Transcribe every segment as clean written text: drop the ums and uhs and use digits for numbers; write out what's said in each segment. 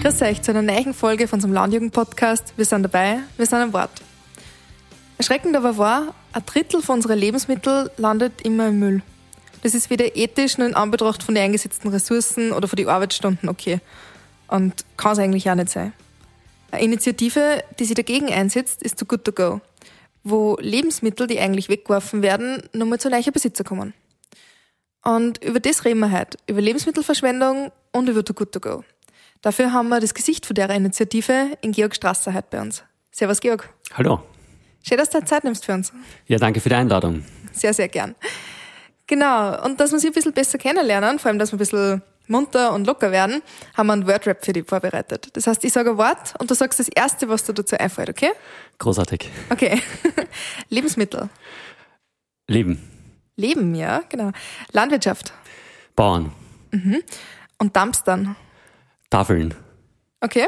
Grüß euch zu einer neuen Folge von unserem Landjugend-Podcast. Wir sind dabei, wir sind am Wort. Erschreckend aber wahr, 1/3 von unseren Lebensmitteln landet immer im Müll. Das ist weder ethisch noch in Anbetracht von den eingesetzten Ressourcen oder von den Arbeitsstunden okay. Und kann es eigentlich auch nicht sein. Eine Initiative, die sich dagegen einsetzt, ist Too Good To Go, wo Lebensmittel, die eigentlich weggeworfen werden, nochmal zu neuen Besitzer kommen. Und über das reden wir heute, über Lebensmittelverschwendung und über Too Good To Go. Dafür haben wir das Gesicht von der Initiative in Georg Strasser heute bei uns. Servus Georg. Hallo. Schön, dass du Zeit nimmst für uns. Ja, danke für die Einladung. Sehr, sehr gern. Genau, und dass wir sie ein bisschen besser kennenlernen, vor allem, dass wir ein bisschen munter und locker werden, haben wir einen Wordrap für dich vorbereitet. Das heißt, ich sage ein Wort und du sagst das Erste, was dir dazu einfällt, okay? Großartig. Okay. Lebensmittel. Leben. Leben, ja, genau. Landwirtschaft. Bauern. Und Dumpstern. Tafeln. Okay.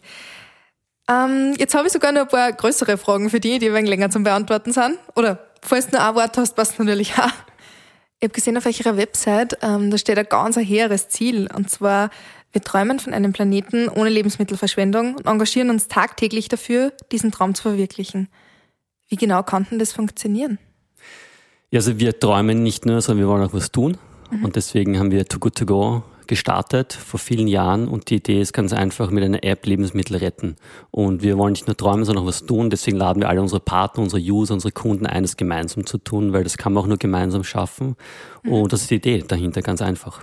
Jetzt habe ich sogar noch ein paar größere Fragen für die ein wenig länger zum Beantworten sind. Oder falls du nur ein Wort hast, passt natürlich auch. Ich habe gesehen auf eurer Website, da steht ein ganz hehres Ziel. Und zwar, wir träumen von einem Planeten ohne Lebensmittelverschwendung und engagieren uns tagtäglich dafür, diesen Traum zu verwirklichen. Wie genau kann denn das funktionieren? Ja, also wir träumen nicht nur, sondern wir wollen auch was tun. Und deswegen haben wir Too Good To Go gestartet vor vielen Jahren und die Idee ist ganz einfach, mit einer App Lebensmittel retten. Und wir wollen nicht nur träumen, sondern auch was tun. Deswegen laden wir alle unsere Partner, unsere User, unsere Kunden ein, das gemeinsam zu tun, weil das kann man auch nur gemeinsam schaffen. Und das ist die Idee dahinter, ganz einfach.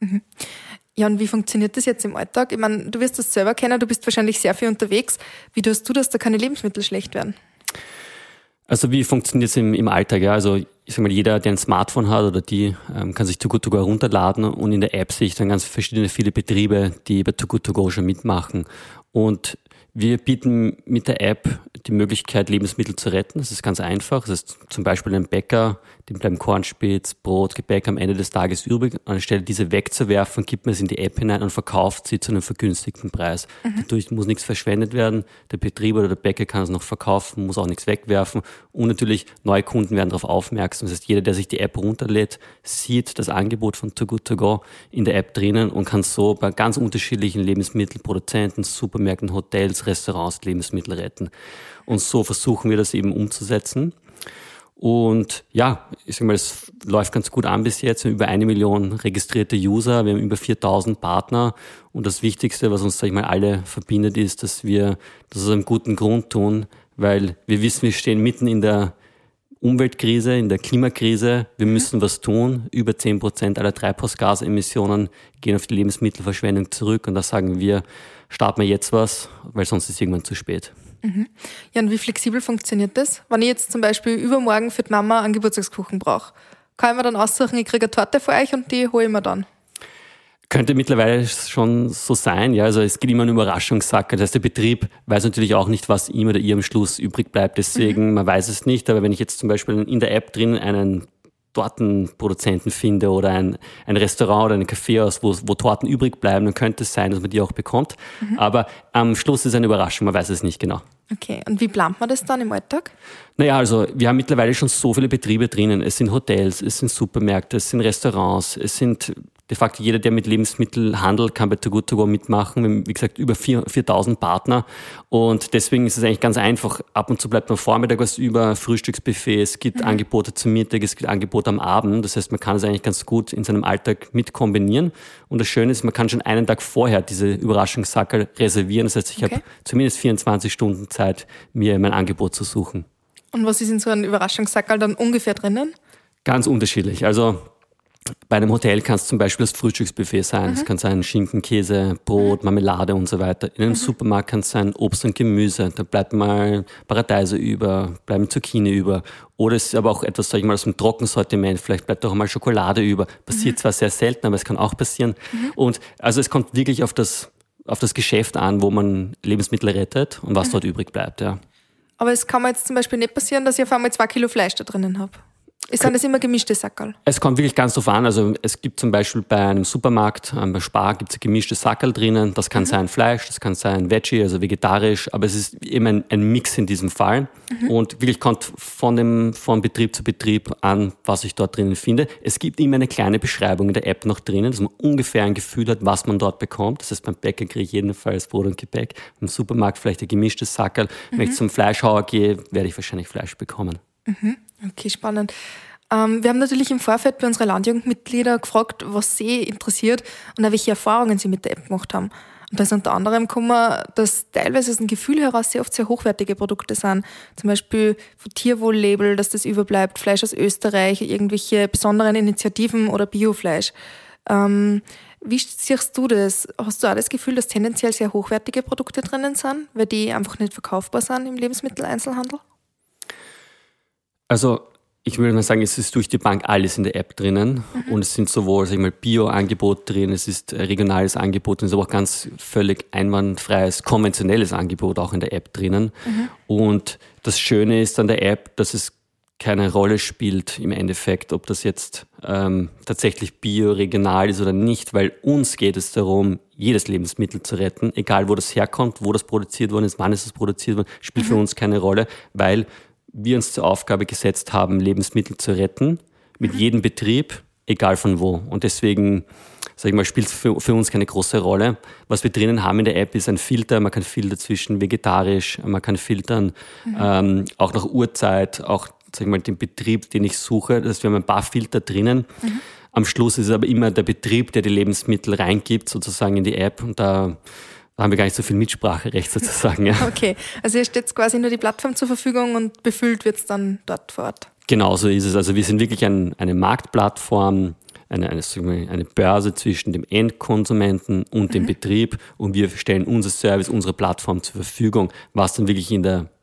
Ja, und wie funktioniert das jetzt im Alltag? Ich meine, du wirst das selber kennen, du bist wahrscheinlich sehr viel unterwegs. Wie tust du, dass da keine Lebensmittel schlecht werden? Also wie funktioniert es im Alltag? Ja, also ich sag mal, jeder, der ein Smartphone hat oder die, kann sich Too Good To Go herunterladen und in der App sehe ich dann ganz viele Betriebe, die bei Too Good To Go schon mitmachen. Und wir bieten mit der App die Möglichkeit, Lebensmittel zu retten. Das ist ganz einfach. Das ist zum Beispiel ein Bäcker, dem bleiben Kornspitz, Brot, Gebäck am Ende des Tages übrig. Anstelle diese wegzuwerfen, gibt man es in die App hinein und verkauft sie zu einem vergünstigten Preis. Dadurch muss nichts verschwendet werden. Der Betrieb oder der Bäcker kann es noch verkaufen, muss auch nichts wegwerfen. Und natürlich neue Kunden werden darauf aufmerksam. Das heißt, jeder, der sich die App runterlädt, sieht das Angebot von Too Good To Go in der App drinnen und kann so bei ganz unterschiedlichen Lebensmittelproduzenten, Supermärkten, Hotels, Restaurants Lebensmittel retten. Und so versuchen wir das eben umzusetzen. Und ja, ich sag mal, es läuft ganz gut an bis jetzt. Wir haben über 1 Million registrierte User, wir haben über 4.000 Partner. Und das Wichtigste, was uns, sag ich mal, alle verbindet, ist, dass wir das aus einem guten Grund tun, weil wir wissen, wir stehen mitten in der Umweltkrise, in der Klimakrise. Wir müssen was tun. Über 10% aller Treibhausgasemissionen gehen auf die Lebensmittelverschwendung zurück. Und da sagen wir, starten wir jetzt was, weil sonst ist es irgendwann zu spät. Ja, und wie flexibel funktioniert das? Wenn ich jetzt zum Beispiel übermorgen für die Mama einen Geburtstagskuchen brauche, kann ich mir dann aussuchen, ich kriege eine Torte von euch und die hole ich mir dann? Könnte mittlerweile schon so sein, ja. Also es geht immer ein Überraschungssack. Das heißt, der Betrieb weiß natürlich auch nicht, was ihm oder ihr am Schluss übrig bleibt. Deswegen, man weiß es nicht. Aber wenn ich jetzt zum Beispiel in der App drin einen Tortenproduzenten finde oder ein Restaurant oder ein Café, wo Torten übrig bleiben, dann könnte es sein, dass man die auch bekommt. Aber am Schluss ist es eine Überraschung, man weiß es nicht genau. Okay, und wie plant man das dann im Alltag? Naja, also wir haben mittlerweile schon so viele Betriebe drinnen. Es sind Hotels, es sind Supermärkte, es sind Restaurants, es sind de facto jeder, der mit Lebensmitteln handelt, kann bei Too Good To Go mitmachen. Wir haben, wie gesagt, über 4.000 Partner und deswegen ist es eigentlich ganz einfach. Ab und zu bleibt am Vormittag was über, Frühstücksbuffet, es gibt Angebote zum Mittag, es gibt Angebote am Abend. Das heißt, man kann es eigentlich ganz gut in seinem Alltag mit kombinieren. Und das Schöne ist, man kann schon einen Tag vorher diese Überraschungssackerl reservieren. Das heißt, ich habe zumindest 24 Stunden Zeit, mir mein Angebot zu suchen. Und was ist in so einem Überraschungssackerl dann ungefähr drinnen? Ganz unterschiedlich. Also bei einem Hotel kann es zum Beispiel das Frühstücksbuffet sein. Es kann sein Schinken, Käse, Brot, Marmelade und so weiter. In einem Supermarkt kann es sein Obst und Gemüse. Da bleibt mal Paradeise über, bleiben Zucchini über. Oder es ist aber auch etwas, sag ich mal, aus dem Trockensortiment. Vielleicht bleibt auch mal Schokolade über. Passiert zwar sehr selten, aber es kann auch passieren. Und also es kommt wirklich auf das Geschäft an, wo man Lebensmittel rettet und was dort übrig bleibt, ja. Aber es kann mir jetzt zum Beispiel nicht passieren, dass ich auf einmal 2 Kilo Fleisch da drinnen habe. Sind das immer gemischte Sackerl? Es kommt wirklich ganz drauf an. Also es gibt zum Beispiel bei einem Supermarkt, bei Spar gibt es gemischte Sackerl drinnen. Das kann sein Fleisch, das kann sein Veggie, also vegetarisch, aber es ist immer ein Mix in diesem Fall. Und wirklich kommt von Betrieb zu Betrieb an, was ich dort drinnen finde. Es gibt immer eine kleine Beschreibung in der App noch drinnen, dass man ungefähr ein Gefühl hat, was man dort bekommt. Das heißt, beim Bäcker kriege ich jedenfalls Brot und Gebäck. Im Supermarkt vielleicht ein gemischtes Sackerl. Wenn ich zum Fleischhauer gehe, werde ich wahrscheinlich Fleisch bekommen. Okay, spannend. Wir haben natürlich im Vorfeld bei unseren Landjugendmitglieder gefragt, was sie interessiert und auch welche Erfahrungen sie mit der App gemacht haben. Und da ist unter anderem gekommen, dass teilweise aus dem Gefühl heraus sehr oft sehr hochwertige Produkte sind. Zum Beispiel von Tierwohl-Label, dass das überbleibt, Fleisch aus Österreich, irgendwelche besonderen Initiativen oder Biofleisch. Wie siehst du das? Hast du auch das Gefühl, dass tendenziell sehr hochwertige Produkte drinnen sind, weil die einfach nicht verkaufbar sind im Lebensmitteleinzelhandel? Also ich würde mal sagen, es ist durch die Bank alles in der App drinnen und es sind sowohl, sag ich mal, Bio-Angebot drin, es ist regionales Angebot und es ist aber auch ganz völlig einwandfreies, konventionelles Angebot auch in der App drinnen. Und das Schöne ist an der App, dass es keine Rolle spielt im Endeffekt, ob das jetzt tatsächlich bio, regional ist oder nicht, weil uns geht es darum, jedes Lebensmittel zu retten, egal wo das herkommt, wo das produziert worden ist, wann ist es produziert worden, spielt für uns keine Rolle, weil wir uns zur Aufgabe gesetzt haben, Lebensmittel zu retten, mit jedem Betrieb, egal von wo. Und deswegen, sag ich mal, spielt es für uns keine große Rolle. Was wir drinnen haben in der App ist ein Filter. Man kann filtern zwischen vegetarisch, man kann filtern auch nach Uhrzeit, auch, sag ich mal, den Betrieb, den ich suche. Das heißt, wir haben ein paar Filter drinnen. Am Schluss ist es aber immer der Betrieb, der die Lebensmittel reingibt, sozusagen in die App. Und da haben wir gar nicht so viel Mitspracherecht sozusagen. Ja. Okay, also hier steht quasi nur die Plattform zur Verfügung und befüllt wird es dann dort vor Ort. Genau so ist es. Also wir sind wirklich eine Marktplattform, eine Börse zwischen dem Endkonsumenten und dem Betrieb und wir stellen unser Service, unsere Plattform zur Verfügung. Was dann wirklich in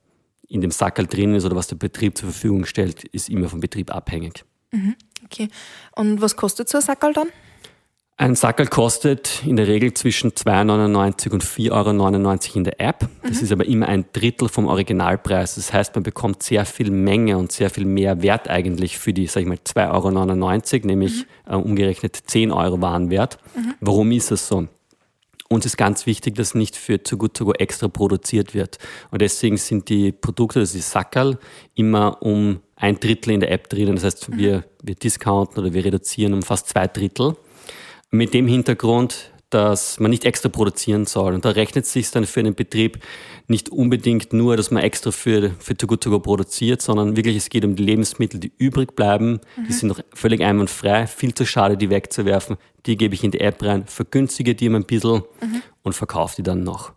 dem Sackerl drin ist oder was der Betrieb zur Verfügung stellt, ist immer vom Betrieb abhängig. Okay, und was kostet so ein Sackerl dann? Ein Sackerl kostet in der Regel zwischen 2,99 und 4,99 € in der App. Das ist aber immer ein Drittel vom Originalpreis. Das heißt, man bekommt sehr viel Menge und sehr viel mehr Wert eigentlich für die, sag ich mal, 2,99 €, nämlich umgerechnet 10 € Warenwert. Warum ist das so? Uns ist ganz wichtig, dass nicht für Too Good To Go extra produziert wird. Und deswegen sind die Produkte, also die Sackerl, immer um ein Drittel in der App drinnen. Das heißt, wir discounten oder wir reduzieren um fast 2 Drittel. Mit dem Hintergrund, dass man nicht extra produzieren soll. Und da rechnet es sich dann für einen Betrieb nicht unbedingt nur, dass man extra für Too Good To Go produziert, sondern wirklich es geht um die Lebensmittel, die übrig bleiben. Die sind noch völlig einwandfrei, viel zu schade, die wegzuwerfen. Die gebe ich in die App rein, vergünstige die ein bisschen und verkaufe die dann noch.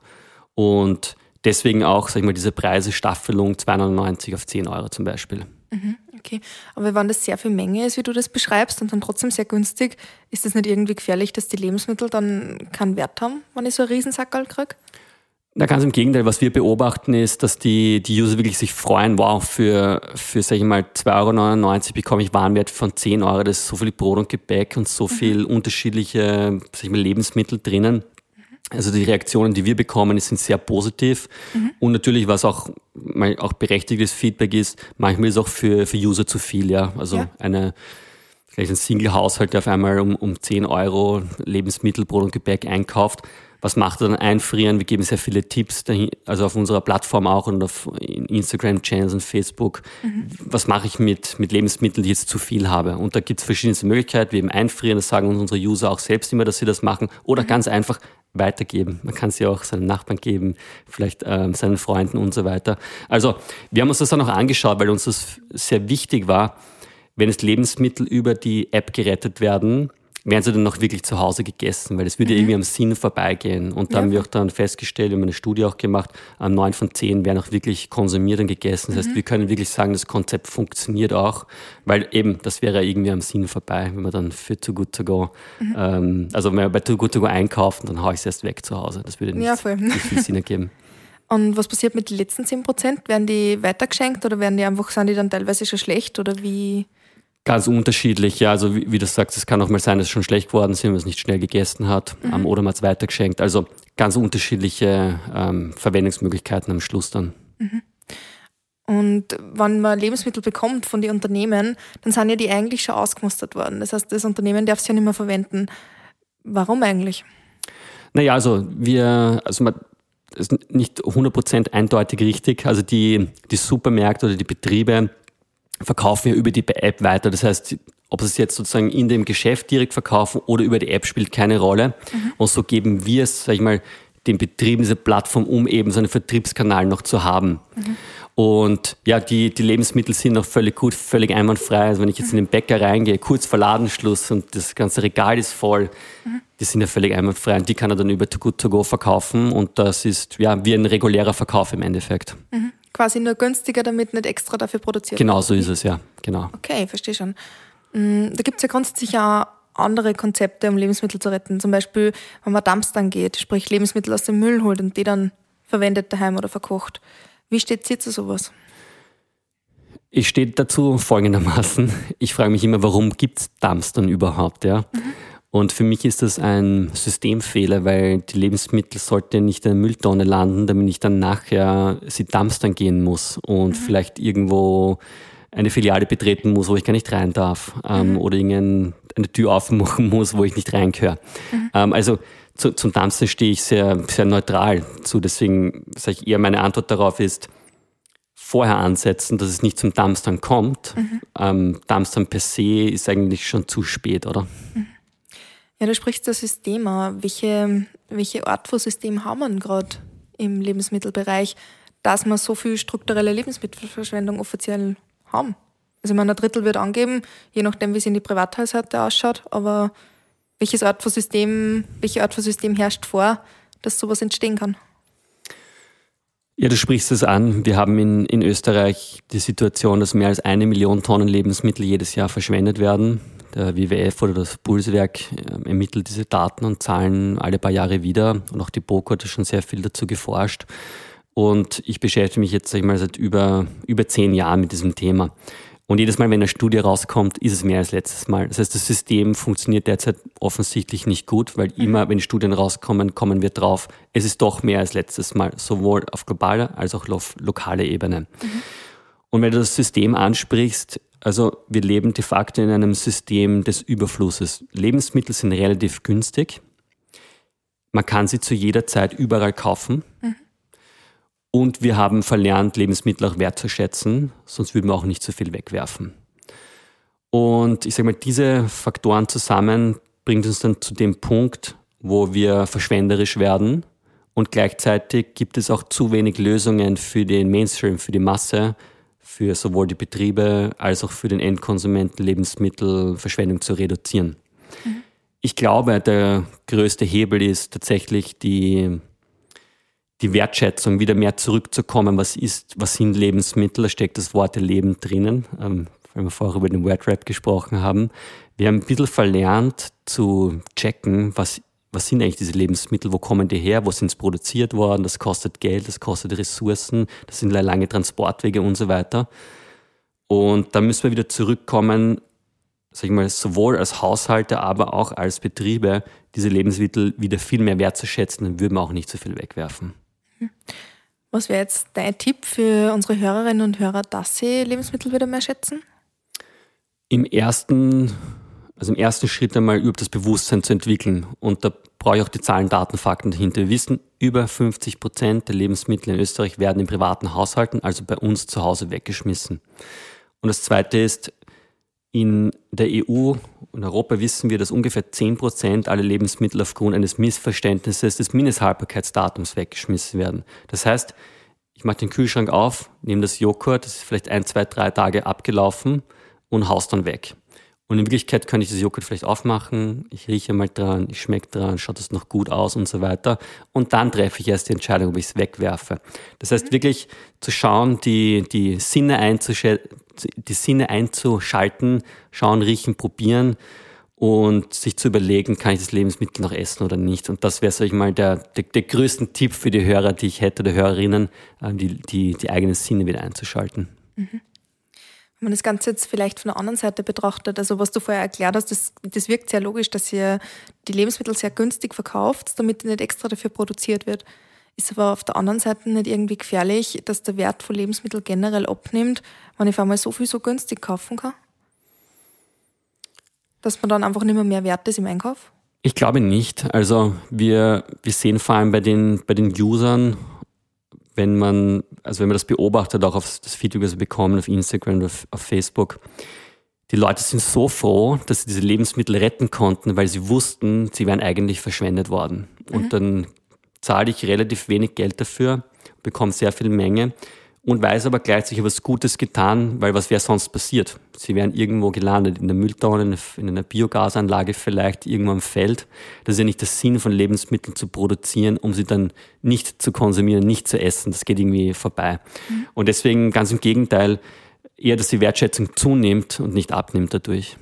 Und deswegen auch, sag ich mal, diese Preisestaffelung 2,99 auf 10 € zum Beispiel. Okay, aber wenn das sehr viel Menge ist, wie du das beschreibst und dann trotzdem sehr günstig, ist das nicht irgendwie gefährlich, dass die Lebensmittel dann keinen Wert haben, wenn ich so einen Riesensackerl kriege? Na, ganz im Gegenteil. Was wir beobachten ist, dass die User wirklich sich freuen, wow, für sag ich mal, 2,99 € bekomme ich Warenwert von 10 €. Das ist so viel Brot und Gebäck und so viel unterschiedliche, sag ich mal, Lebensmittel drinnen. Also die Reaktionen, die wir bekommen, sind sehr positiv. Und natürlich, was auch berechtigtes Feedback ist, manchmal ist auch für User zu viel, ja. Also vielleicht ein Single-Haushalt, der auf einmal um 10 € Lebensmittel, Brot und Gebäck einkauft. Was macht er dann? Einfrieren? Wir geben sehr viele Tipps, also auf unserer Plattform auch und auf Instagram-Channels und Facebook. Was mache ich mit Lebensmitteln, die ich jetzt zu viel habe? Und da gibt es verschiedenste Möglichkeiten. Wir eben einfrieren, das sagen uns unsere User auch selbst immer, dass sie das machen. Oder ganz einfach weitergeben. Man kann sie auch seinen Nachbarn geben, vielleicht seinen Freunden und so weiter. Also wir haben uns das dann auch angeschaut, weil uns das sehr wichtig war, wenn es Lebensmittel über die App gerettet werden, werden sie dann noch wirklich zu Hause gegessen, weil das würde irgendwie am Sinn vorbeigehen. Und da haben wir auch dann festgestellt, wir haben eine Studie auch gemacht, 9 von 10 werden auch wirklich konsumiert und gegessen. Das heißt, wir können wirklich sagen, das Konzept funktioniert auch, weil eben, das wäre irgendwie am Sinn vorbei, wenn man dann für Too Good To Go, also wenn man bei Too Good To Go einkauft, dann haue ich es erst weg zu Hause. Das würde nicht viel Sinn ergeben. Und was passiert mit den letzten 10%? Werden die weitergeschenkt oder sind die dann teilweise schon schlecht oder wie? Ganz unterschiedlich, ja. Also wie du sagst, es kann auch mal sein, dass es schon schlecht geworden ist, wenn man es nicht schnell gegessen hat oder man es weitergeschenkt. Also ganz unterschiedliche Verwendungsmöglichkeiten am Schluss dann. Und wenn man Lebensmittel bekommt von den Unternehmen, dann sind ja die eigentlich schon ausgemustert worden. Das heißt, das Unternehmen darf es ja nicht mehr verwenden. Warum eigentlich? Naja, das ist nicht 100% eindeutig richtig. Also die Supermärkte oder die Betriebe verkaufen ja über die App weiter. Das heißt, ob sie es jetzt sozusagen in dem Geschäft direkt verkaufen oder über die App, spielt keine Rolle. Und so geben wir es, sag ich mal, den Betrieben diese Plattform, um eben so einen Vertriebskanal noch zu haben. Und ja, die Lebensmittel sind noch völlig gut, völlig einwandfrei. Also wenn ich jetzt in den Bäcker reingehe, kurz vor Ladenschluss und das ganze Regal ist voll, die sind ja völlig einwandfrei und die kann er dann über Too Good To Go verkaufen und das ist ja wie ein regulärer Verkauf im Endeffekt. Quasi nur günstiger, damit nicht extra dafür produziert Genau, so ist es, ja, genau. Okay, verstehe schon. Da gibt es ja grundsätzlich auch andere Konzepte, um Lebensmittel zu retten. Zum Beispiel, wenn man Dumpstern geht, sprich Lebensmittel aus dem Müll holt und die dann verwendet daheim oder verkocht. Wie steht sie zu sowas? Ich stehe dazu folgendermaßen. Ich frage mich immer, warum gibt es Dumpstern überhaupt? Ja? Und für mich ist das ein Systemfehler, weil die Lebensmittel sollten nicht in der Mülltonne landen, damit ich dann nachher sie dumpstern gehen muss und vielleicht irgendwo eine Filiale betreten muss, wo ich gar nicht rein darf oder eine Tür aufmachen muss, wo ich nicht reingehöre. Also zum Dumpstern stehe ich sehr, sehr neutral zu. Deswegen sage ich eher, meine Antwort darauf ist, vorher ansetzen, dass es nicht zum Dumpstern kommt. Dumpstern per se ist eigentlich schon zu spät, oder? Ja, du sprichst das System an. Welche Art von System haben wir gerade im Lebensmittelbereich, dass wir so viel strukturelle Lebensmittelverschwendung offiziell haben? Also ich meine, ein Drittel wird angeben, je nachdem, wie es in die Privathaushalte ausschaut, aber welche Art von System herrscht vor, dass sowas entstehen kann? Ja, du sprichst es an. Wir haben in Österreich die Situation, dass mehr als 1 Million Tonnen Lebensmittel jedes Jahr verschwendet werden. Der WWF oder das Pulswerk ermittelt diese Daten und Zahlen alle paar Jahre wieder. Und auch die BOKU hat schon sehr viel dazu geforscht. Und ich beschäftige mich jetzt, sag ich mal, seit über 10 Jahren mit diesem Thema. Und jedes Mal, wenn eine Studie rauskommt, ist es mehr als letztes Mal. Das heißt, das System funktioniert derzeit offensichtlich nicht gut, weil immer, wenn Studien rauskommen, kommen wir drauf, es ist doch mehr als letztes Mal, sowohl auf globaler als auch auf lokaler Ebene. Und wenn du das System ansprichst, also wir leben de facto in einem System des Überflusses. Lebensmittel sind relativ günstig. Man kann sie zu jeder Zeit überall kaufen. Und wir haben verlernt, Lebensmittel auch wertzuschätzen, sonst würden wir auch nicht so viel wegwerfen. Und ich sage mal, diese Faktoren zusammen bringt uns dann zu dem Punkt, wo wir verschwenderisch werden und gleichzeitig gibt es auch zu wenig Lösungen für den Mainstream, für die Masse, für sowohl die Betriebe als auch für den Endkonsumenten Lebensmittelverschwendung zu reduzieren. Ich glaube, der größte Hebel ist tatsächlich die Wertschätzung, wieder mehr zurückzukommen, was sind Lebensmittel, da steckt das Wort Leben drinnen, weil wir vorher über den Wordrap gesprochen haben. Wir haben ein bisschen verlernt zu checken, was sind eigentlich diese Lebensmittel, wo kommen die her, wo sind sie produziert worden, das kostet Geld, das kostet Ressourcen, das sind lange Transportwege und so weiter. Und da müssen wir wieder zurückkommen, sag ich mal, sowohl als Haushalte, aber auch als Betriebe, diese Lebensmittel wieder viel mehr wertzuschätzen, dann würden wir auch nicht so viel wegwerfen. Was wäre jetzt dein Tipp für unsere Hörerinnen und Hörer, dass sie Lebensmittel wieder mehr schätzen? Im ersten Schritt einmal überhaupt das Bewusstsein zu entwickeln. Und da brauche ich auch die Zahlen, Daten, Fakten dahinter. Wir wissen, über 50% der Lebensmittel in Österreich werden in privaten Haushalten, also bei uns zu Hause, weggeschmissen. Und das Zweite ist, in der EU und Europa wissen wir, dass ungefähr 10% aller Lebensmittel aufgrund eines Missverständnisses des Mindesthaltbarkeitsdatums weggeschmissen werden. Das heißt, ich mache den Kühlschrank auf, nehme das Joghurt, das ist vielleicht 1, 2, 3 Tage abgelaufen und haus dann weg. Und in Wirklichkeit kann ich das Joghurt vielleicht aufmachen, ich rieche mal dran, ich schmecke dran, schaut das noch gut aus und so weiter. Und dann treffe ich erst die Entscheidung, ob ich es wegwerfe. Das heißt wirklich zu schauen, die Sinne einzuschalten, schauen, riechen, probieren und sich zu überlegen, kann ich das Lebensmittel noch essen oder nicht. Und das wäre, sag ich mal, der größte Tipp für die Hörer, die ich hätte, oder Hörerinnen, die eigenen Sinne wieder einzuschalten. Wenn man das Ganze jetzt vielleicht von der anderen Seite betrachtet, also was du vorher erklärt hast, das wirkt sehr logisch, dass ihr die Lebensmittel sehr günstig verkauft, damit nicht extra dafür produziert wird. Ist aber auf der anderen Seite nicht irgendwie gefährlich, dass der Wert von Lebensmitteln generell abnimmt, wenn ich auf einmal so viel so günstig kaufen kann? Dass man dann einfach nicht mehr wert ist im Einkauf? Ich glaube nicht. Also wir sehen vor allem bei den Usern, wenn man das beobachtet, auch auf das Feedback, das wir bekommen auf Instagram oder auf Facebook, die Leute sind so froh, dass sie diese Lebensmittel retten konnten, weil sie wussten, sie wären eigentlich verschwendet worden. Und dann zahle ich relativ wenig Geld dafür, bekomme sehr viel Menge und weiß aber gleichzeitig, ich habe was Gutes getan, weil was wäre sonst passiert? Sie wären irgendwo gelandet, in der Mülltonne, in einer Biogasanlage vielleicht, irgendwo am Feld. Das ist ja nicht der Sinn von Lebensmitteln zu produzieren, um sie dann nicht zu konsumieren, nicht zu essen. Das geht irgendwie vorbei. Und deswegen ganz im Gegenteil, eher, dass die Wertschätzung zunimmt und nicht abnimmt dadurch.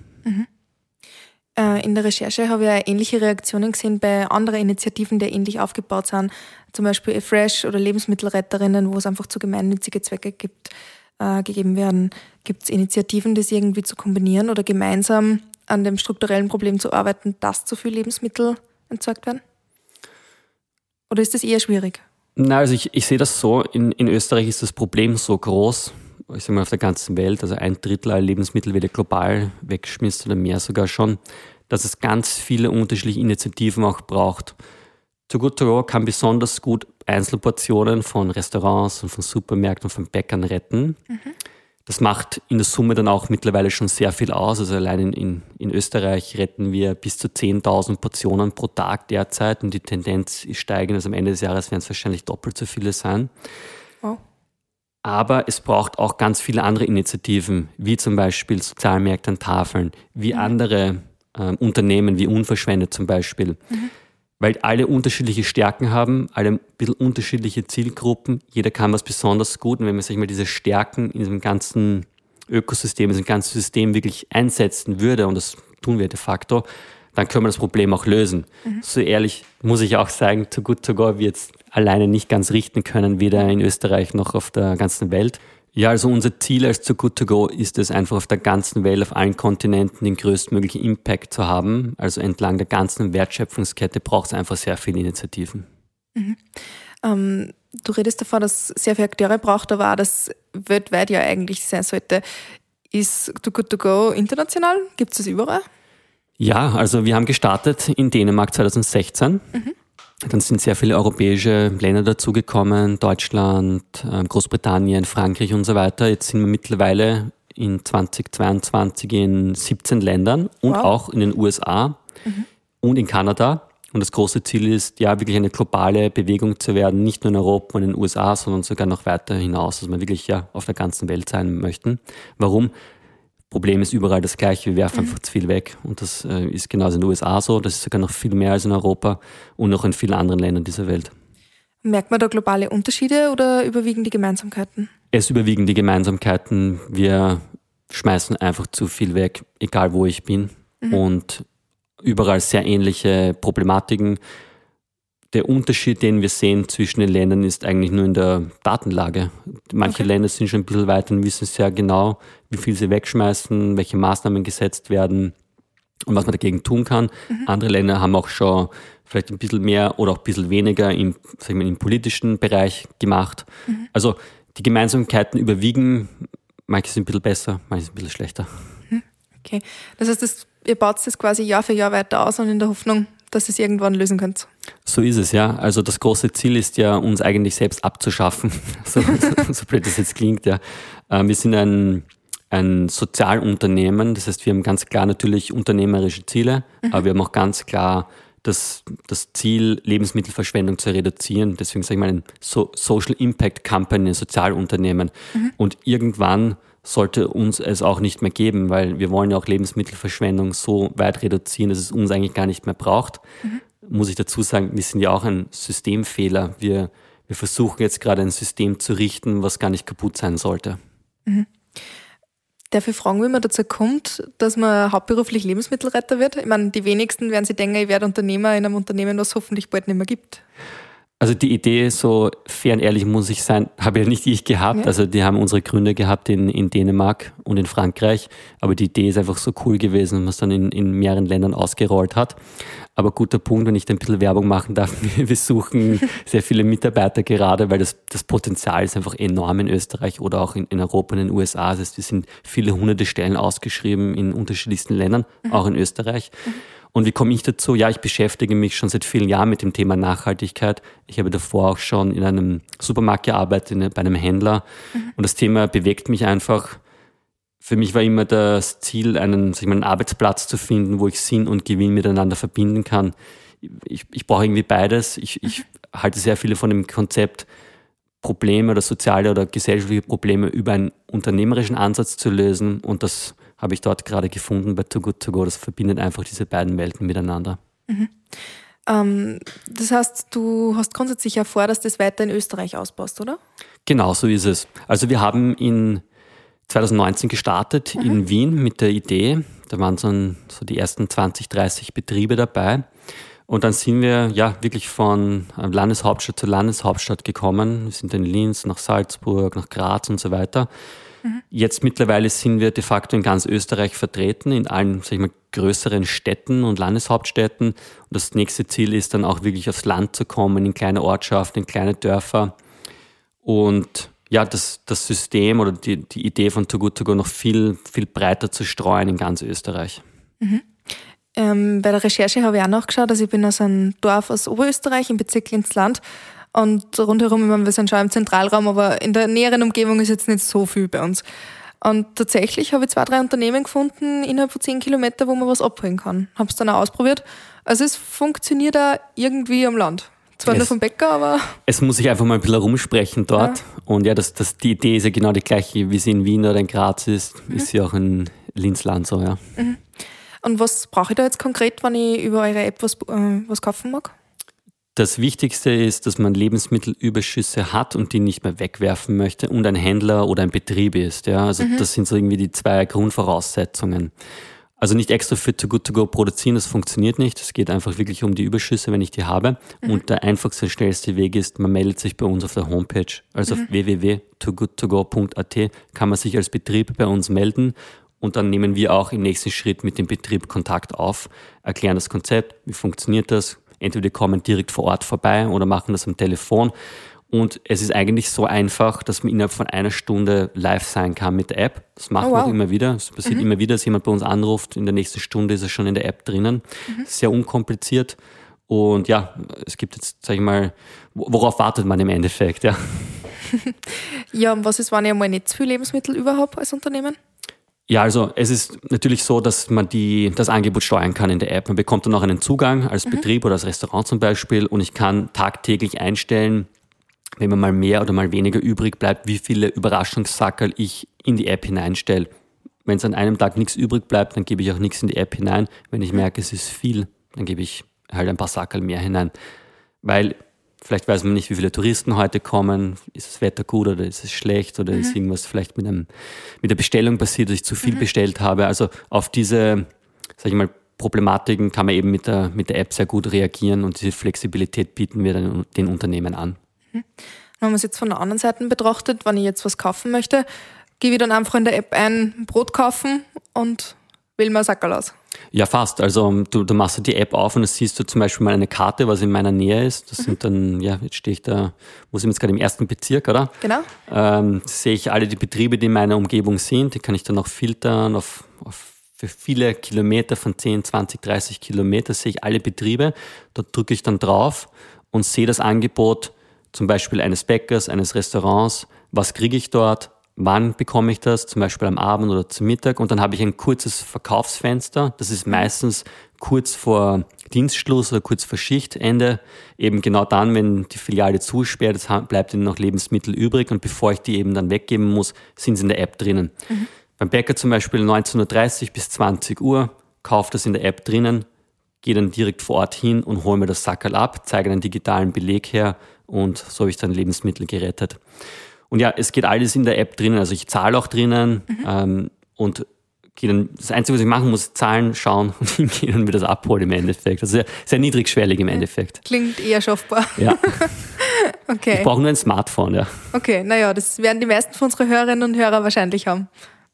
In der Recherche habe ich auch ähnliche Reaktionen gesehen bei anderen Initiativen, die ähnlich aufgebaut sind. Zum Beispiel Fresh oder Lebensmittelretterinnen, wo es einfach zu gemeinnützige Zwecke gegeben werden. Gibt es Initiativen, das irgendwie zu kombinieren oder gemeinsam an dem strukturellen Problem zu arbeiten, dass zu viel Lebensmittel entsorgt werden? Oder ist das eher schwierig? Na, also ich sehe das so, in Österreich ist das Problem so groß, ich sage mal auf der ganzen Welt, also 1/3 aller Lebensmittel wird ja global weggeschmissen oder mehr sogar schon, dass es ganz viele unterschiedliche Initiativen auch braucht. Too Good To Go kann besonders gut Einzelportionen von Restaurants und von Supermärkten und von Bäckern retten. Das macht in der Summe dann auch mittlerweile schon sehr viel aus. Also allein in Österreich retten wir bis zu 10.000 Portionen pro Tag derzeit und die Tendenz ist steigend. Also am Ende des Jahres werden es wahrscheinlich doppelt so viele sein. Wow. Aber es braucht auch ganz viele andere Initiativen, wie zum Beispiel Sozialmärkte an Tafeln, wie andere Unternehmen, wie Unverschwendet zum Beispiel. Weil alle unterschiedliche Stärken haben, alle ein bisschen unterschiedliche Zielgruppen. Jeder kann was besonders gut. Und wenn man sich mal diese Stärken in diesem ganzen Ökosystem, in diesem ganzen System wirklich einsetzen würde, und das tun wir de facto, dann können wir das Problem auch lösen. So ehrlich muss ich auch sagen, Too Good To Go wird es alleine nicht ganz richten können, weder in Österreich noch auf der ganzen Welt. Ja, also unser Ziel als Too Good To Go ist es einfach auf der ganzen Welt, auf allen Kontinenten den größtmöglichen Impact zu haben. Also entlang der ganzen Wertschöpfungskette braucht es einfach sehr viele Initiativen. Du redest davon, dass es sehr viele Akteure braucht, aber auch, dass weltweit ja eigentlich sein sollte. Ist Too Good To Go international? Gibt es das überall? Ja, also wir haben gestartet in Dänemark 2016. Dann sind sehr viele europäische Länder dazugekommen, Deutschland, Großbritannien, Frankreich und so weiter. Jetzt sind wir mittlerweile in 2022 in 17 Ländern und auch in den USA und in Kanada. Und das große Ziel ist, ja, wirklich eine globale Bewegung zu werden, nicht nur in Europa und in den USA, sondern sogar noch weiter hinaus, dass wir wirklich ja auf der ganzen Welt sein möchten. Warum? Problem ist überall das Gleiche, wir werfen einfach zu viel weg. Und das ist genauso in den USA so, das ist sogar noch viel mehr als in Europa und auch in vielen anderen Ländern dieser Welt. Merkt man da globale Unterschiede oder überwiegen die Gemeinsamkeiten? Es überwiegen die Gemeinsamkeiten. Wir schmeißen einfach zu viel weg, egal wo ich bin. Und überall sehr ähnliche Problematiken. Der Unterschied, den wir sehen zwischen den Ländern, ist eigentlich nur in der Datenlage. Manche Länder sind schon ein bisschen weiter und wissen sehr genau, wie viel sie wegschmeißen, welche Maßnahmen gesetzt werden und was man dagegen tun kann. Andere Länder haben auch schon vielleicht ein bisschen mehr oder auch ein bisschen weniger im politischen Bereich gemacht. Also die Gemeinsamkeiten überwiegen. Manche sind ein bisschen besser, manche sind ein bisschen schlechter. Okay, das heißt, ihr baut das quasi Jahr für Jahr weiter aus und in der Hoffnung, dass ihr es irgendwann lösen könnt. So ist es, ja. Also das große Ziel ist ja, uns eigentlich selbst abzuschaffen. So blöd das jetzt klingt, ja. Wir sind ein Sozialunternehmen, das heißt, wir haben ganz klar natürlich unternehmerische Ziele, aber wir haben auch ganz klar das Ziel, Lebensmittelverschwendung zu reduzieren. Deswegen sage ich mal ein Social Impact Company, ein Sozialunternehmen. Und irgendwann sollte uns es auch nicht mehr geben, weil wir wollen ja auch Lebensmittelverschwendung so weit reduzieren, dass es uns eigentlich gar nicht mehr braucht. Muss ich dazu sagen, wir sind ja auch ein Systemfehler. Wir versuchen jetzt gerade ein System zu richten, was gar nicht kaputt sein sollte. Darf ich fragen, wie man dazu kommt, dass man hauptberuflich Lebensmittelretter wird? Ich meine, die wenigsten werden sich denken, ich werde Unternehmer in einem Unternehmen, was es hoffentlich bald nicht mehr gibt. Also die Idee, so fair und ehrlich muss ich sein, habe ja nicht ich gehabt. Ja. Also die haben unsere Gründer gehabt in Dänemark und in Frankreich. Aber die Idee ist einfach so cool gewesen, dass man es dann in mehreren Ländern ausgerollt hat. Aber guter Punkt, wenn ich da ein bisschen Werbung machen darf. Wir suchen sehr viele Mitarbeiter gerade, weil das Potenzial ist einfach enorm in Österreich oder auch in Europa und in den USA. Das heißt, wir sind viele hunderte Stellen ausgeschrieben in unterschiedlichsten Ländern, auch in Österreich. Und wie komme ich dazu? Ja, ich beschäftige mich schon seit vielen Jahren mit dem Thema Nachhaltigkeit. Ich habe davor auch schon in einem Supermarkt gearbeitet, bei einem Händler. Und das Thema bewegt mich einfach. Für mich war immer das Ziel, einen Arbeitsplatz zu finden, wo ich Sinn und Gewinn miteinander verbinden kann. Ich brauche irgendwie beides. Ich halte sehr viele von dem Konzept, Probleme oder soziale oder gesellschaftliche Probleme über einen unternehmerischen Ansatz zu lösen. Und das habe ich dort gerade gefunden bei Too Good To Go. Das verbindet einfach diese beiden Welten miteinander. Das heißt, du hast grundsätzlich ja vor, dass das weiter in Österreich ausbaust, oder? Genau, so ist es. Also wir haben in 2019 gestartet in Wien mit der Idee. Da waren so die ersten 20, 30 Betriebe dabei. Und dann sind wir ja wirklich von Landeshauptstadt zu Landeshauptstadt gekommen. Wir sind in Linz, nach Salzburg, nach Graz und so weiter. Jetzt mittlerweile sind wir de facto in ganz Österreich vertreten, in allen, größeren Städten und Landeshauptstädten. Und das nächste Ziel ist dann auch wirklich aufs Land zu kommen, in kleine Ortschaften, in kleine Dörfer. Und ja, das System oder die Idee von Too Good To Go noch viel, viel breiter zu streuen in ganz Österreich. Bei der Recherche habe ich auch nachgeschaut, also ich bin aus einem Dorf aus Oberösterreich im Bezirk Linz-Land. Und rundherum, ich meine, wir sind schon im Zentralraum, aber in der näheren Umgebung ist jetzt nicht so viel bei uns. Und tatsächlich habe ich 2, 3 Unternehmen gefunden, innerhalb von 10 Kilometern, wo man was abholen kann. Habe es dann auch ausprobiert. Also es funktioniert auch irgendwie am Land. Zwar nur vom Bäcker, aber... Es muss sich einfach mal ein bisschen rumsprechen dort. Ja. Und ja, die Idee ist ja genau die gleiche, wie sie in Wien oder in Graz ist sie auch in Linz-Land so, ja. Und was brauche ich da jetzt konkret, wenn ich über eure App was kaufen mag? Das Wichtigste ist, dass man Lebensmittelüberschüsse hat und die nicht mehr wegwerfen möchte und ein Händler oder ein Betrieb ist. Ja? Also das sind so irgendwie die 2 Grundvoraussetzungen. Also nicht extra für Too Good To Go produzieren, das funktioniert nicht. Es geht einfach wirklich um die Überschüsse, wenn ich die habe. Und der einfachste, schnellste Weg ist, man meldet sich bei uns auf der Homepage. Also auf www.toogoodtogo.at kann man sich als Betrieb bei uns melden. Und dann nehmen wir auch im nächsten Schritt mit dem Betrieb Kontakt auf, erklären das Konzept, wie funktioniert das. Entweder die kommen direkt vor Ort vorbei oder machen das am Telefon. Und es ist eigentlich so einfach, dass man innerhalb von 1 Stunde live sein kann mit der App. Das machen wir auch immer wieder. Es passiert immer wieder, dass jemand bei uns anruft. In der nächsten Stunde ist er schon in der App drinnen. Sehr unkompliziert. Und ja, es gibt jetzt, sag ich mal, worauf wartet man im Endeffekt? Ja, ja, und was ist, wenn ich einmal nicht zu viel Lebensmittel überhaupt als Unternehmen? Ja, also es ist natürlich so, dass man das Angebot steuern kann in der App. Man bekommt dann auch einen Zugang als Betrieb oder als Restaurant zum Beispiel und ich kann tagtäglich einstellen, wenn mir mal mehr oder mal weniger übrig bleibt, wie viele Überraschungssackerl ich in die App hineinstelle. Wenn es an einem Tag nichts übrig bleibt, dann gebe ich auch nichts in die App hinein. Wenn ich merke, es ist viel, dann gebe ich halt ein paar Sackerl mehr hinein. Weil vielleicht weiß man nicht, wie viele Touristen heute kommen. Ist das Wetter gut oder ist es schlecht oder ist irgendwas vielleicht mit der Bestellung passiert, dass ich zu viel bestellt habe. Also auf diese, sag ich mal, Problematiken kann man eben mit der App sehr gut reagieren und diese Flexibilität bieten wir dann den Unternehmen an. Wenn man es jetzt von der anderen Seite betrachtet, wenn ich jetzt was kaufen möchte, gebe ich dann einfach in der App ein Brot kaufen und wähle mir ein Sackerl aus. Ja, fast. Also du machst die App auf und dann siehst du zum Beispiel mal eine Karte, was in meiner Nähe ist. Das sind dann, ja, jetzt stehe ich da, wo sind wir jetzt gerade im 1. Bezirk, oder? Genau. Sehe ich alle die Betriebe, die in meiner Umgebung sind. Die kann ich dann auch filtern für viele Kilometer, von 10, 20, 30 Kilometer sehe ich alle Betriebe. Dort drücke ich dann drauf und sehe das Angebot zum Beispiel eines Bäckers, eines Restaurants. Was kriege ich dort? Wann bekomme ich das? Zum Beispiel am Abend oder zum Mittag. Und dann habe ich ein kurzes Verkaufsfenster. Das ist meistens kurz vor Dienstschluss oder kurz vor Schichtende. Eben genau dann, wenn die Filiale zusperrt, bleibt ihnen noch Lebensmittel übrig. Und bevor ich die eben dann weggeben muss, sind sie in der App drinnen. Beim Bäcker zum Beispiel 19.30 Uhr bis 20 Uhr, kaufe das in der App drinnen, gehe dann direkt vor Ort hin und hole mir das Sackerl ab, zeige einen digitalen Beleg her und so habe ich dann Lebensmittel gerettet. Und ja, es geht alles in der App drinnen, also ich zahle auch drinnen und das Einzige, was ich machen muss, Zahlen schauen und hingehen und mir das abholen im Endeffekt. Also sehr niedrigschwellig im Endeffekt. Klingt eher schaffbar. Ja. Okay. Ich brauche nur ein Smartphone, ja. Okay, naja, das werden die meisten von unseren Hörerinnen und Hörern wahrscheinlich haben.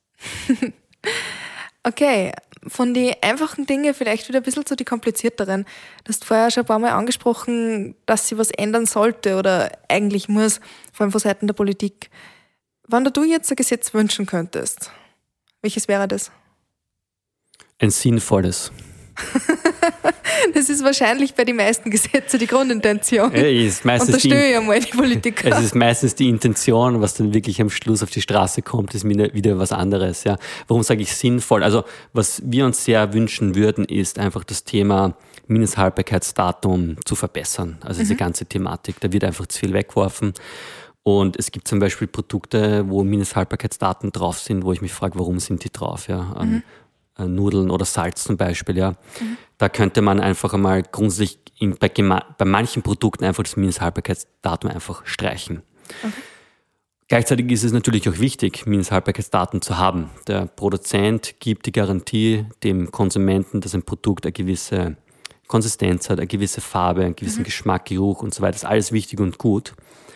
Okay, von den einfachen Dingen vielleicht wieder ein bisschen zu die komplizierteren. Du hast vorher schon ein paar Mal angesprochen, dass sich was ändern sollte oder eigentlich muss, vor allem von Seiten der Politik. Wenn du jetzt ein Gesetz wünschen könntest, welches wäre das? Ein sinnvolles. Das ist wahrscheinlich bei den meisten Gesetzen die Grundintention. Unterstütze ich einmal die Politiker. Es ist meistens die Intention, was dann wirklich am Schluss auf die Straße kommt, ist wieder was anderes. Ja. Warum sage ich sinnvoll? Also was wir uns sehr wünschen würden, ist einfach das Thema Mindesthaltbarkeitsdatum zu verbessern. Also diese ganze Thematik, da wird einfach zu viel weggeworfen. Und es gibt zum Beispiel Produkte, wo Mindesthaltbarkeitsdaten drauf sind, wo ich mich frage, warum sind die drauf? Ja. Nudeln oder Salz zum Beispiel, ja. Da könnte man einfach einmal grundsätzlich bei manchen Produkten einfach das Mindesthaltbarkeitsdatum einfach streichen. Okay. Gleichzeitig ist es natürlich auch wichtig, Mindesthaltbarkeitsdaten zu haben. Der Produzent gibt die Garantie dem Konsumenten, dass ein Produkt eine gewisse Konsistenz hat, eine gewisse Farbe, einen gewissen Geschmack, Geruch und so weiter. Das ist alles wichtig und gut.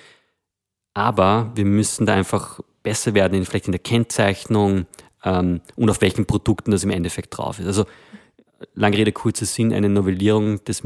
Aber wir müssen da einfach besser werden, vielleicht in der Kennzeichnung, und auf welchen Produkten das im Endeffekt drauf ist. Also lange Rede, kurzer Sinn, eine Novellierung des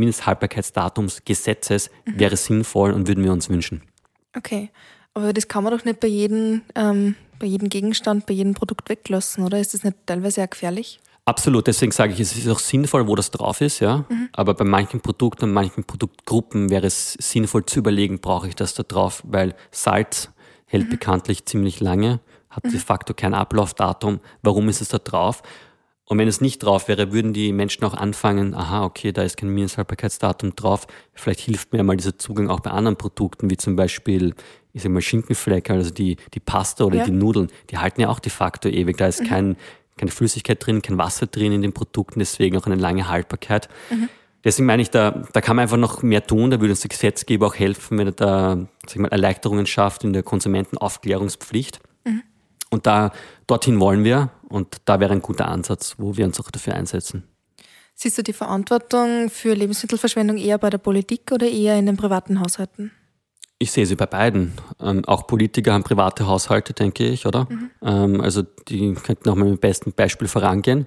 Mindesthaltbarkeitsdatumsgesetzes wäre sinnvoll und würden wir uns wünschen. Okay, aber das kann man doch nicht bei jedem Gegenstand, bei jedem Produkt weglassen, oder? Ist das nicht teilweise auch gefährlich? Absolut, deswegen sage ich, es ist auch sinnvoll, wo das drauf ist, ja. Aber bei manchen Produkten und manchen Produktgruppen wäre es sinnvoll zu überlegen, brauche ich das da drauf, weil Salz hält bekanntlich ziemlich lange, hat de facto kein Ablaufdatum. Warum ist es da drauf? Und wenn es nicht drauf wäre, würden die Menschen auch anfangen, aha, okay, da ist kein Mindesthaltbarkeitsdatum drauf. Vielleicht hilft mir mal dieser Zugang auch bei anderen Produkten, wie zum Beispiel, ich sag mal, Schinkenflecke, also die Pasta oder die Nudeln, die halten ja auch de facto ewig. Da ist keine Flüssigkeit drin, kein Wasser drin in den Produkten, deswegen auch eine lange Haltbarkeit. Deswegen meine ich, da kann man einfach noch mehr tun. Da würde uns der Gesetzgeber auch helfen, wenn er da, sag ich mal, Erleichterungen schafft in der Konsumentenaufklärungspflicht. Und dorthin wollen wir und da wäre ein guter Ansatz, wo wir uns auch dafür einsetzen. Siehst du die Verantwortung für Lebensmittelverschwendung eher bei der Politik oder eher in den privaten Haushalten? Ich sehe sie bei beiden. Auch Politiker haben private Haushalte, denke ich, oder? Also die könnten auch mal mit dem besten Beispiel vorangehen.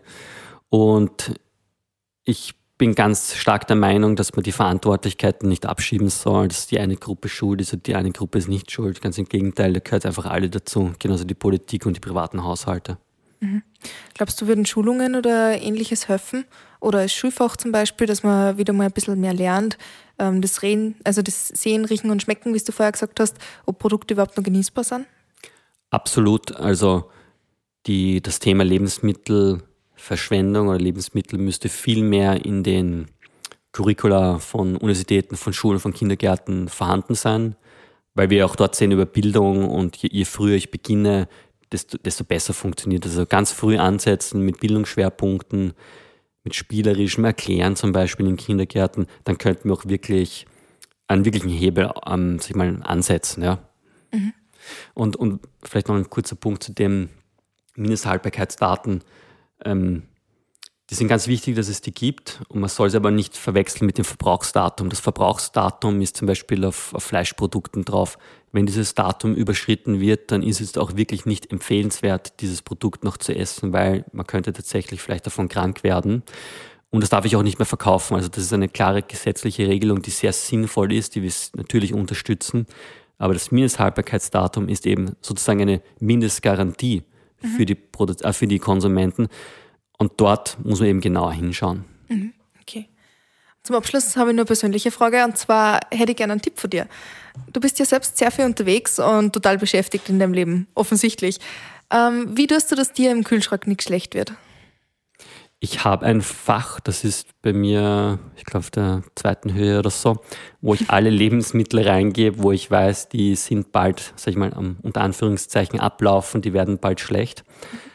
Und ich bin ganz stark der Meinung, dass man die Verantwortlichkeiten nicht abschieben soll, dass die eine Gruppe schuld ist und die eine Gruppe ist nicht schuld. Ganz im Gegenteil, da gehört einfach alle dazu, genauso die Politik und die privaten Haushalte. Glaubst du, würden Schulungen oder Ähnliches helfen? Oder als Schulfach zum Beispiel, dass man wieder mal ein bisschen mehr lernt, das Sehen, Riechen und Schmecken, wie du vorher gesagt hast, ob Produkte überhaupt noch genießbar sind? Absolut. Also das Thema Lebensmittelverschwendung oder Lebensmittel müsste viel mehr in den Curricula von Universitäten, von Schulen, von Kindergärten vorhanden sein, weil wir auch dort sehen über Bildung und je früher ich beginne, desto besser funktioniert. Also ganz früh ansetzen mit Bildungsschwerpunkten, mit spielerischem Erklären zum Beispiel in Kindergärten, dann könnten wir auch wirklich einen wirklichen Hebel ansetzen. Ja. Und vielleicht noch ein kurzer Punkt zu dem Mindesthaltbarkeitsdaten. Die sind ganz wichtig, dass es die gibt und man soll sie aber nicht verwechseln mit dem Verbrauchsdatum. Das Verbrauchsdatum ist zum Beispiel auf Fleischprodukten drauf. Wenn dieses Datum überschritten wird, dann ist es auch wirklich nicht empfehlenswert, dieses Produkt noch zu essen, weil man könnte tatsächlich vielleicht davon krank werden. Und das darf ich auch nicht mehr verkaufen. Also das ist eine klare gesetzliche Regelung, die sehr sinnvoll ist, die wir natürlich unterstützen. Aber das Mindesthaltbarkeitsdatum ist eben sozusagen eine Mindestgarantie für die Konsumenten. Und dort muss man eben genauer hinschauen. Okay. Zum Abschluss habe ich nur eine persönliche Frage und zwar hätte ich gerne einen Tipp von dir. Du bist ja selbst sehr viel unterwegs und total beschäftigt in deinem Leben, offensichtlich. Wie tust du, dass dir im Kühlschrank nichts schlecht wird? Ich habe ein Fach, das ist bei mir, ich glaube, auf der 2. Höhe oder so, wo ich alle Lebensmittel reingebe, wo ich weiß, die sind bald, sag ich mal, unter Anführungszeichen ablaufen, die werden bald schlecht.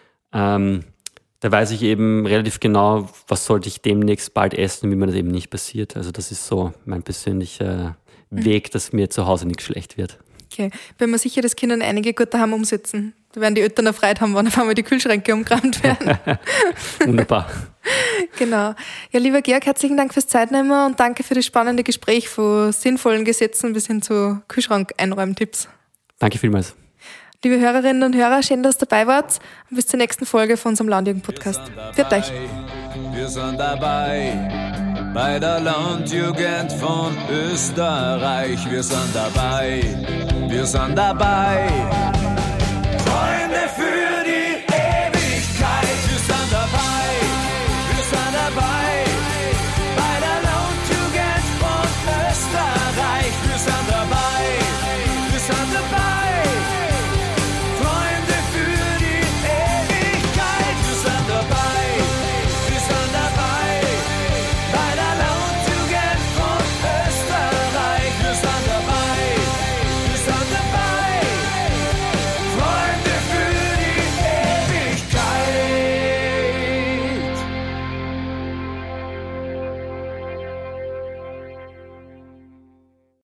Da weiß ich eben relativ genau, was sollte ich demnächst bald essen, wie mir das eben nicht passiert. Also das ist so mein persönlicher Weg, dass mir zu Hause nichts schlecht wird. Okay, bin mir sicher, dass Kinder einige gut daheim umsetzen. Da werden die Eltern erfreut haben, wenn auf einmal die Kühlschränke umgeräumt werden. Wunderbar. Genau. Ja, lieber Georg, herzlichen Dank fürs Zeitnehmen und danke für das spannende Gespräch von sinnvollen Gesetzen bis hin zu Kühlschrank-Einräumtipps. Danke vielmals. Liebe Hörerinnen und Hörer, schön, dass ihr dabei wart und bis zur nächsten Folge von unserem Landjugend-Podcast. Viert euch. Wir sind dabei bei der Landjugend von Österreich. Wir sind dabei. Freunde für